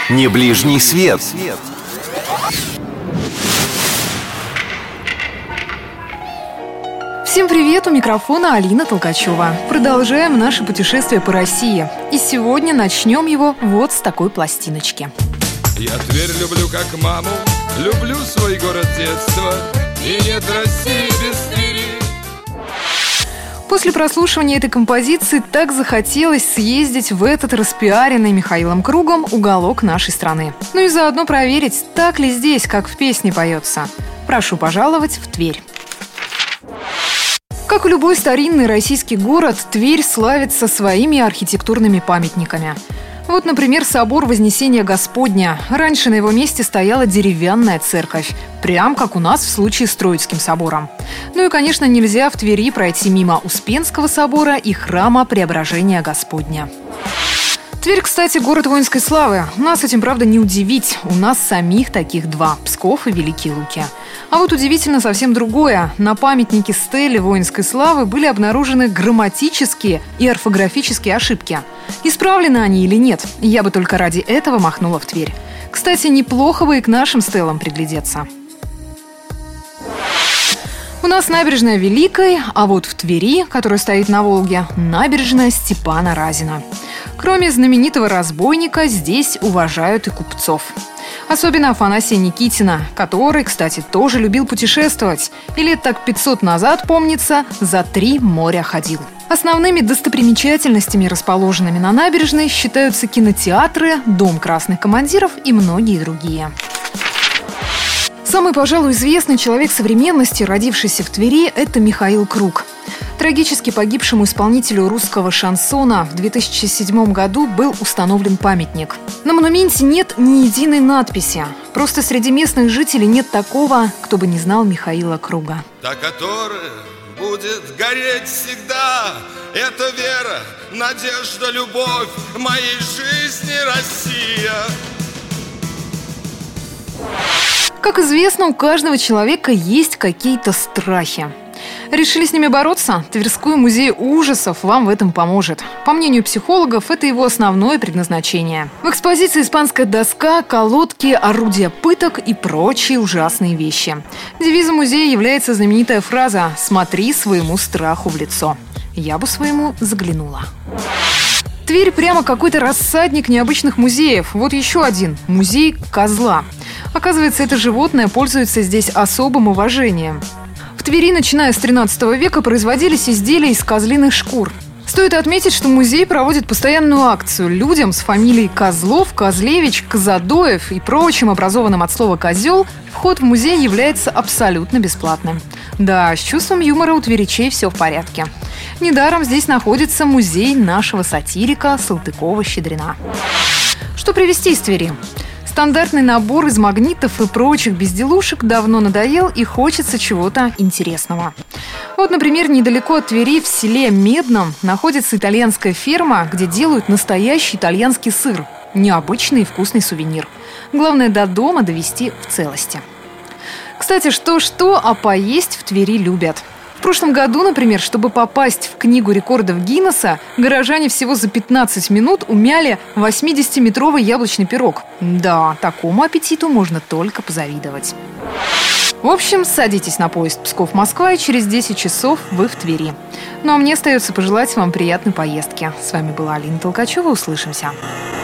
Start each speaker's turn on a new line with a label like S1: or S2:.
S1: Не ближний свет.
S2: Всем привет! У микрофона Алина Толкачева. Продолжаем наше путешествие по России. И сегодня начнем его вот с такой пластиночки.
S3: Я Тверь люблю как маму, люблю свой город детства, и нет России без Твери.
S2: После прослушивания этой композиции так захотелось съездить в этот распиаренный Михаилом Кругом уголок нашей страны. Ну и заодно проверить, так ли здесь, как в песне поется. Прошу пожаловать в Тверь. Как и любой старинный российский город, Тверь славится своими архитектурными памятниками. Вот, например, собор Вознесения Господня. Раньше на его месте стояла деревянная церковь, прям как у нас в случае с Троицким собором. Ну и, конечно, нельзя в Твери пройти мимо Успенского собора и храма Преображения Господня. Тверь, кстати, город воинской славы. Нас этим, правда, не удивить. У нас самих таких два – Псков и Великие Луки. А вот удивительно совсем другое. На памятнике стеле воинской славы были обнаружены грамматические и орфографические ошибки. Исправлены они или нет? Я бы только ради этого махнула в Тверь. Кстати, неплохо бы и к нашим стелам приглядеться. У нас набережная Великой, а вот в Твери, которая стоит на Волге, набережная Степана Разина. Кроме знаменитого разбойника, здесь уважают и купцов. Особенно Афанасия Никитина, который, кстати, тоже любил путешествовать. И лет так 500 назад, помнится, за 3 моря ходил. Основными достопримечательностями, расположенными на набережной, считаются кинотеатры, Дом красных командиров и многие другие. Самый, пожалуй, известный человек современности, родившийся в Твери, это Михаил Круг. Трагически погибшему исполнителю русского шансона в 2007 году был установлен памятник. На монументе нет ни единой надписи. Просто среди местных жителей нет такого, кто бы не знал Михаила Круга.
S3: Та, которая будет гореть всегда, это вера, надежда, любовь моей жизни, Россия.
S2: Как известно, у каждого человека есть какие-то страхи. Решили с ними бороться? Тверской музей ужасов вам в этом поможет. По мнению психологов, это его основное предназначение. В экспозиции испанская доска, колодки, орудия пыток и прочие ужасные вещи. Девизом музея является знаменитая фраза «Смотри своему страху в лицо». Я бы своему заглянула. Тверь прямо какой-то рассадник необычных музеев. Вот еще один – музей козла. Оказывается, это животное пользуется здесь особым уважением. В Твери, начиная с 13 века, производились изделия из козлиных шкур. Стоит отметить, что музей проводит постоянную акцию. Людям с фамилией Козлов, Козлевич, Казадоев и прочим образованным от слова «козел» вход в музей является абсолютно бесплатным. Да, с чувством юмора у тверичей все в порядке. Недаром здесь находится музей нашего сатирика Салтыкова-Щедрина. Что привезти из Твери? Стандартный набор из магнитов и прочих безделушек давно надоел и хочется чего-то интересного. Вот, например, недалеко от Твери в селе Медном находится итальянская ферма, где делают настоящий итальянский сыр. Необычный и вкусный сувенир. Главное, до дома довести в целости. Кстати, что-что, а поесть в Твери любят. В прошлом году, например, чтобы попасть в книгу рекордов Гиннесса, горожане всего за 15 минут умяли 80-метровый яблочный пирог. Да, такому аппетиту можно только позавидовать. В общем, садитесь на поезд Псков-Москва, и через 10 часов вы в Твери. Ну а мне остается пожелать вам приятной поездки. С вами была Алина Толкачева. Услышимся.